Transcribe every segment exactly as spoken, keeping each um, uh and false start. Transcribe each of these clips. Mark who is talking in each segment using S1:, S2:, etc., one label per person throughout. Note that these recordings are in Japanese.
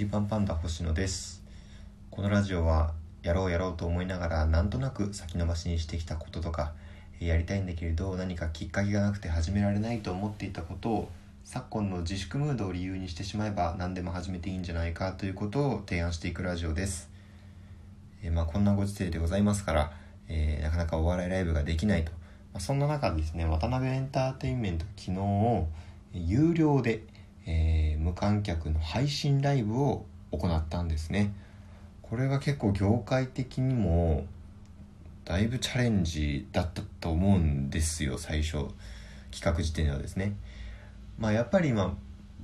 S1: ジーパンパンダ星野です。このラジオはやろうやろうと思いながらなんとなく先延ばしにしてきたこととか、やりたいんだけれど何かきっかけがなくて始められないと思っていたことを昨今の自粛ムードを理由にしてしまえば何でも始めていいんじゃないかということを提案していくラジオです。えー、まあこんなご時世でございますから、えー、なかなかお笑いライブができないと、まあ、そんな中ですね、渡辺エンターテインメント昨日有料で、えー、無観客の配信ライブを行ったんですね。これが結構業界的にもだいぶチャレンジだったと思うんですよ。最初企画時点ではですね、まあやっぱり今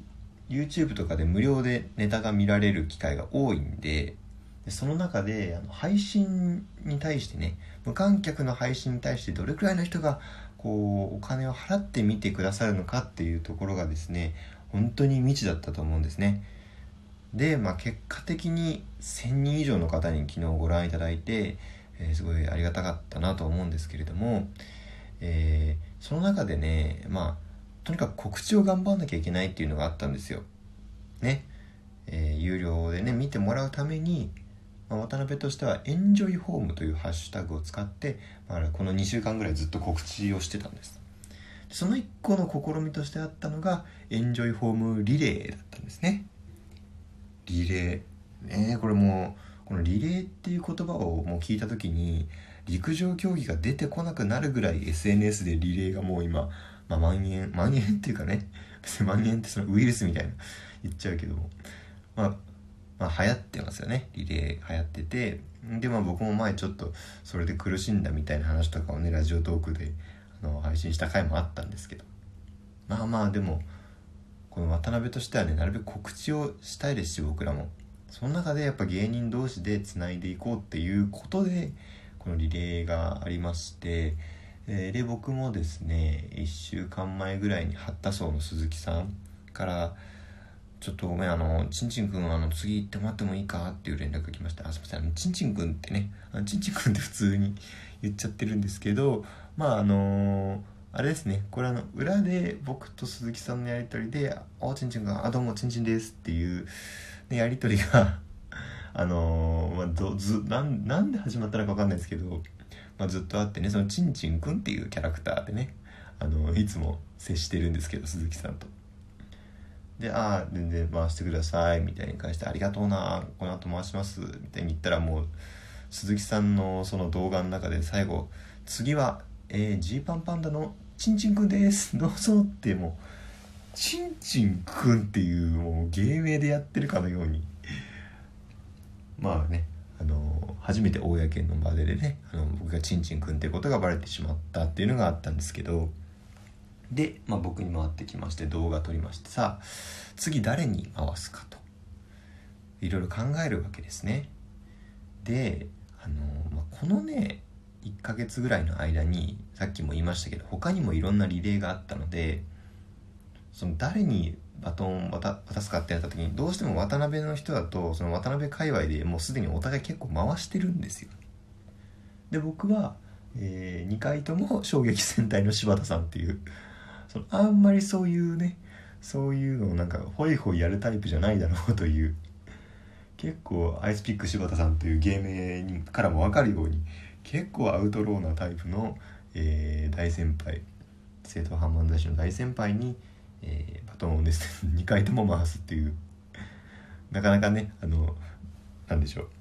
S1: YouTube とかで無料でネタが見られる機会が多いんで、その中であの配信に対してね、無観客の配信に対してどれくらいの人がこうお金を払って見てくださるのかっていうところがですね、本当に未知だったと思うんですね。で、まあ、結果的にせんにん以上の方に昨日ご覧いただいて、えー、すごいありがたかったなと思うんですけれども、えー、その中でね、まあとにかく告知を頑張んなきゃいけないっていうのがあったんですよね。えー、有料でね見てもらうために、まあ、渡辺としてはエンジョイホームというハッシュタグを使って、まあ、このにしゅうかんぐらいずっと告知をしてたんです。その一個の試みとしてあったのがエンジョイホームリレーだったんですね。リレーね、これもうこのリレーっていう言葉をもう聞いた時に陸上競技が出てこなくなるぐらい エスエヌエス でリレーがもう今、まあ、蔓延蔓延っていうかね、別に蔓延ってそのウイルスみたいな言っちゃうけども、まあまあ流行ってますよね。リレー流行ってて、でまあ僕も前ちょっとそれで苦しんだみたいな話とかをねラジオトークであの配信した回もあったんですけど、まあまあでもこの渡辺としてはね、なるべく告知をしたいですし、僕らもその中でやっぱ芸人同士でつないでいこうっていうことでこのリレーがありまして、えー、で僕もですねいっしゅうかんまえぐらいに八田荘の鈴木さんからちょっとごめん、あのちんちんくんあの次行ってもらってもいいかっていう連絡が来ました。あ、すいません、あのちんちんくんってね、あのちんちんくんって普通に言っちゃってるんですけど、まああのー、あれですね、これあの裏で僕と鈴木さんのやり取りで、あちんちんくん、あどうもちんちんですっていう、ね、やり取りがあのー、まあどずなんなんで始まったのか分かんないですけど、まあ、ずっとあってね、そのちんちんくんっていうキャラクターでね、あのいつも接してるんですけど、鈴木さんと。で、ああ全然回してくださいみたいに返して、ありがとうな、この後回しますみたいに言ったら、もう鈴木さんのその動画の中で最後、次はえー、ジーパンパンダのちんちんくんですどうぞって、もうちんちんくんっていうもう芸名でやってるかのように、まあね、あの初めて公の場でね、あの僕がちんちんくんってことがバレてしまったっていうのがあったんですけど、で、まあ、僕に回ってきまして動画撮りまして、さあ次誰に回すかといろいろ考えるわけですね。で、あの、まあ、このねいっかげつぐらいの間にさっきも言いましたけど、他にもいろんなリレーがあったので、その誰にバトンを渡すかってやった時に、どうしても渡辺の人だとその渡辺界隈でもうすでにお互い結構回してるんですよ。で僕は、えー、にかいとも衝撃戦隊の柴田さんっていうそのあんまりそういうねそういうのをなんかホイホイやるタイプじゃないだろうという、結構アイスピック柴田さんという芸名にからも分かるように結構アウトローなタイプの、えー、大先輩、正統派漫才師の大先輩に、えー、バトンをですねにかいとも回すっていう、なかなかね、あのなんでしょう、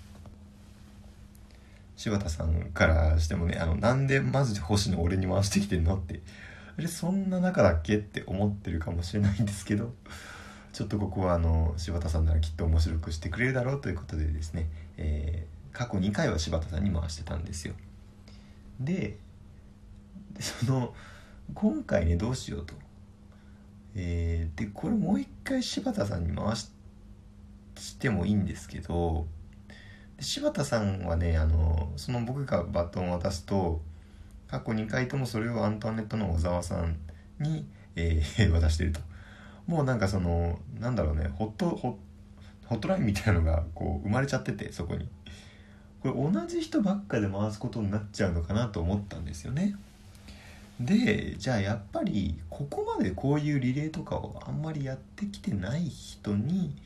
S1: 柴田さんからしてもね、あのなんでマジで星野俺に回してきてんのって、あれそんな仲だっけって思ってるかもしれないんですけど、ちょっとここはあの柴田さんならきっと面白くしてくれるだろうということでですね、えー、過去にかいは柴田さんに回してたんですよ。でその今回ねどうしようと、えー、でこれもう一回柴田さんに回ししてもいいんですけど、柴田さんはね、あのその僕がバトンを渡すと過去にかいともそれをアントワネットの小沢さんに、えー、渡してると、もうなんかそのなんだろうね、ホットホホットラインみたいなのがこう生まれちゃってて、そこにこれ同じ人ばっかで回すことになっちゃうのかなと思ったんですよね。で、じゃあやっぱりここまでこういうリレーとかをあんまりやってきてない人に、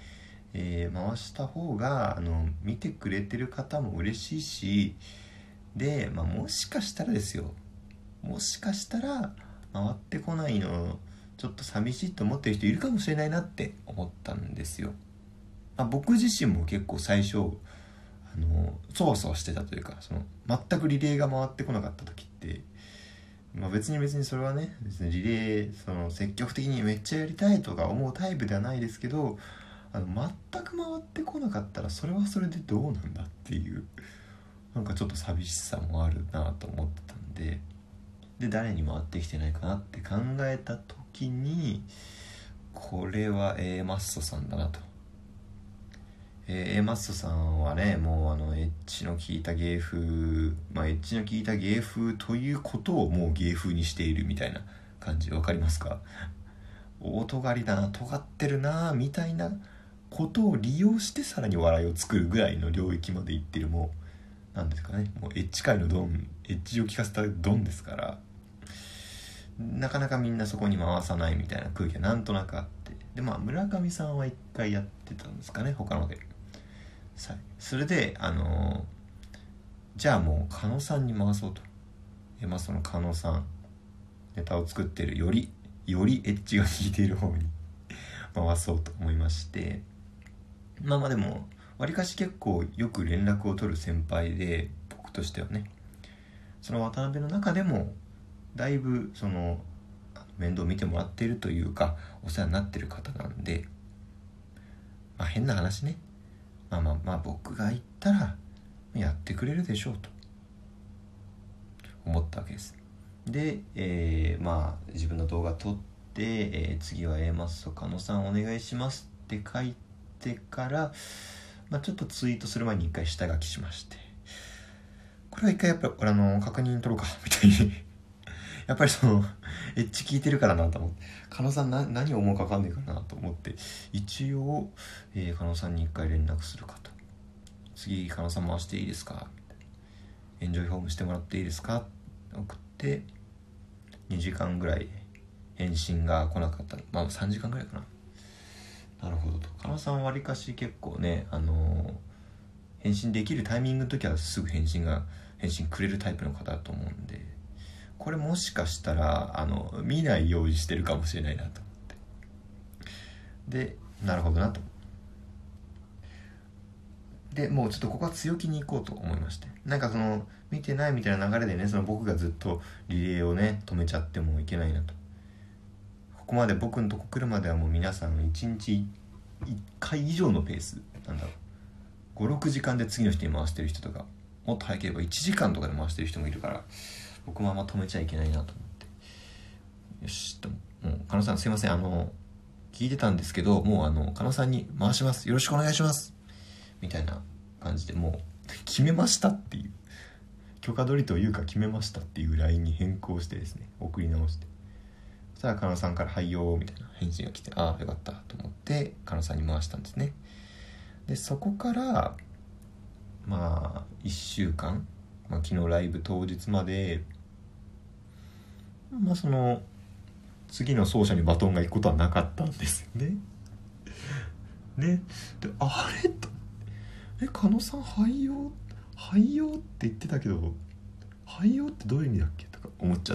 S1: えー、回した方があの見てくれてる方も嬉しいし、で、まあ、もしかしたらですよもしかしたら回ってこないのちょっと寂しいと思ってる人いるかもしれないなって思ったんですよ。まあ、僕自身も結構最初あのそわそわしてたというか、その全くリレーが回ってこなかった時って、まあ、別に別にそれはね別にリレーその積極的にめっちゃやりたいとか思うタイプではないですけど、あの全く回ってこなかったらそれはそれでどうなんだっていうなんかちょっと寂しさもあるなと思ってたんで、で誰に回ってきてないかなって考えた時にこれは A マッソさんだなと。えー、A マッソさんはねもうあのエッジの効いた芸風、まあエッジの効いた芸風ということをもう芸風にしているみたいな感じわかりますか？大尖りだな尖ってるなみたいなことを利用してさらに笑いを作るぐらいの領域までいってる、もうなんですかね、もうエッジ界のドン、エッジを効かせたドンですから、なかなかみんなそこに回さないみたいな空気がなんとなくあって、でまあ村上さんは一回やってたんですかね他ので。それであのー、じゃあもう狩野さんに回そうと、えまあその狩野さんネタを作ってるよりよりエッジが効いている方に回そうと思いまして、まあまあでもわりかし結構よく連絡を取る先輩で、僕としてはねその渡辺の中でもだいぶその面倒見てもらっているというかお世話になってる方なんで、まあ変な話ね、まあまあまあ僕が言ったらやってくれるでしょうと思ったわけです。で、えー、まあ自分の動画撮って、えー、次は A マッソ狩野さんお願いしますって書いてから、まあ、ちょっとツイートする前に一回下書きしまして、これは一回やっぱりあの確認取ろうかみたいにやっぱりそのエッジ聞いてるからなと思って、狩野さんな何を思うか分かんないかなと思って一応、えー、狩野さんに一回連絡するかと、次狩野さん回していいですかみたいな、エンジョイホームしてもらっていいですか送ってにじかんぐらい返信が来なかった、まあさんじかんぐらいかな。なるほどと、狩野さんわりかし結構ねあのー、返信できるタイミングの時はすぐ返信が返信くれるタイプの方だと思うんで、これもしかしたらあの見ない用意してるかもしれないなと思って、でなるほどなと、でもうちょっとここは強気に行こうと思いまして、なんかその見てないみたいな流れでねその僕がずっとリレーをね止めちゃってもいけないなと、ここまで僕のとこ来るまではもう皆さんいちにちいっかい以上のペースなんだろうごろくじかんで次の人に回してる人とか、もっと早ければいちじかんとかで回してる人もいるから、僕もあんま止めちゃいけないなと思って、よしと、もう狩野さんすいませんあの聞いてたんですけどもうあの狩野さんに回します、よろしくお願いしますみたいな感じでもう決めましたっていう、許可取りというか決めましたっていう ライン に変更してですね送り直して、そしたら狩野さんからはいよーみたいな返信が来て、ああよかったと思って狩野さんに回したんですね。でそこからまあいっしゅうかん、まあ、昨日ライブ当日までまあその次の走者にバトンが行くことはなかったんですよね。ねであれとえ狩野さん廃用廃用って言ってたけど廃用ってどういう意味だっけとか思っちゃって、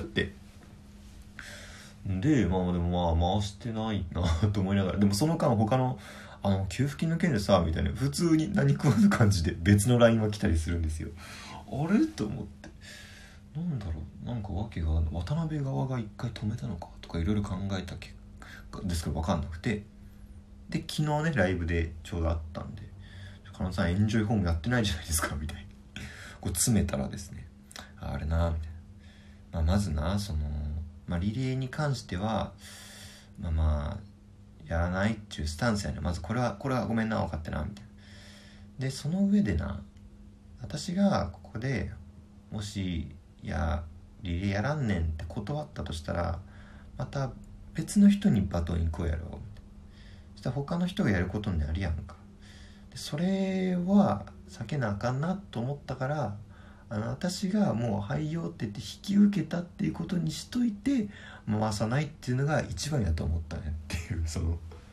S1: でまあでもまあ回してないなと思いながら、でもその間他のあの給付金の件でさみたいな普通に何食わぬ感じで別の ライン が来たりするんですよ。あれと思って、なんだろうなんか訳が渡辺側が一回止めたのかとかいろいろ考えた結果ですけど分かんなくて、で昨日ねライブでちょうどあったんで、狩野さんエンジョイホームやってないじゃないですかみたいにこう詰めたらですね、あれなみたいな、まあ、まずなその、まあ、リレーに関してはまあまあやらないっていうスタンスやね、まずこれはこれはごめんな分かってなみたいな。でその上でな私がここでもしいやリレーやらんねんって断ったとしたらまた別の人にバトン行こうやろうみたいな、そしたら他の人がやることになるやんか。でそれは避けなあかんなと思ったから、あの私がもう廃用って言って引き受けたっていうことにしといて回さないっていうのが一番やと思ったねっていう、その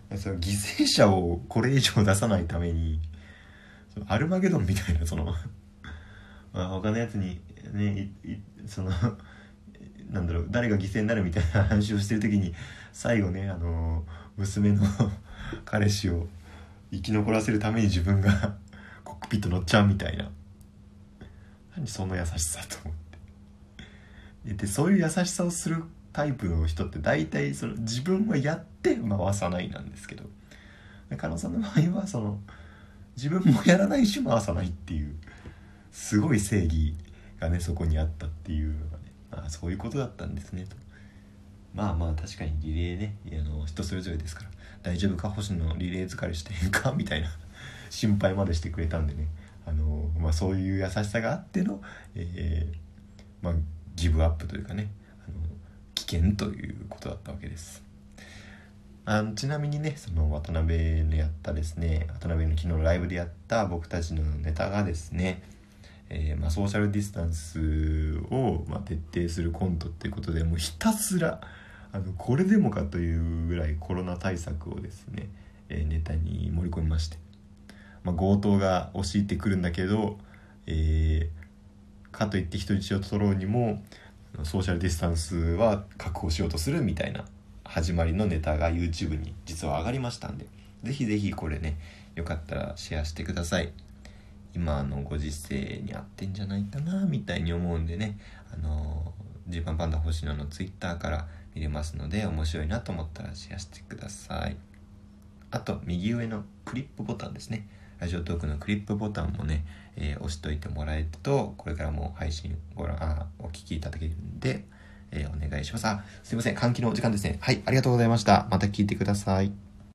S1: その犠牲者をこれ以上出さないためにそのアルマゲドンみたいなそのまあ他のやつにねいいそのなんだろう誰が犠牲になるみたいな話をしてる時に最後ねあの娘の彼氏を生き残らせるために自分がコックピット乗っちゃうみたいな、何その優しさと思ってでそういう優しさをするタイプの人って大体その自分はやって回さないなんですけど、加納さんの場合はその自分もやらないし回さないっていうすごい正義がねそこにあったっていうのがね、ああそういうことだったんですねと。まあまあ確かにリレーねあの人それぞれですから、大丈夫か星野リレー疲れしてへんかみたいな心配までしてくれたんでね、あの、まあ、そういう優しさがあっての、えーまあ、ギブアップというかねあの危険ということだったわけです。あのちなみにねその渡辺のやったですね渡辺の昨日ライブでやった僕たちのネタがですね、えーまあ、ソーシャルディスタンスを、まあ、徹底するコントっていうことでもうひたすらあのこれでもかというぐらいコロナ対策をですね、えー、ネタに盛り込みまして、まあ、強盗が押し入ってくるんだけど、えー、かといって人質を取ろうにもソーシャルディスタンスは確保しようとするみたいな始まりのネタが YouTube に実は上がりましたんで、ぜひぜひこれねよかったらシェアしてください。今のご時世に合ってんじゃないかなみたいに思うんでね、あのジーパンパンダ星野の Twitter から見れますので面白いなと思ったらシェアしてください。あと右上のクリップボタンですね、ラジオトークのクリップボタンもね、えー、押しといてもらえるとこれからも配信ご覧あお聞きいただけるんで、えー、お願いします。あすいません換気のお時間ですね。はいありがとうございました。また聞いてください。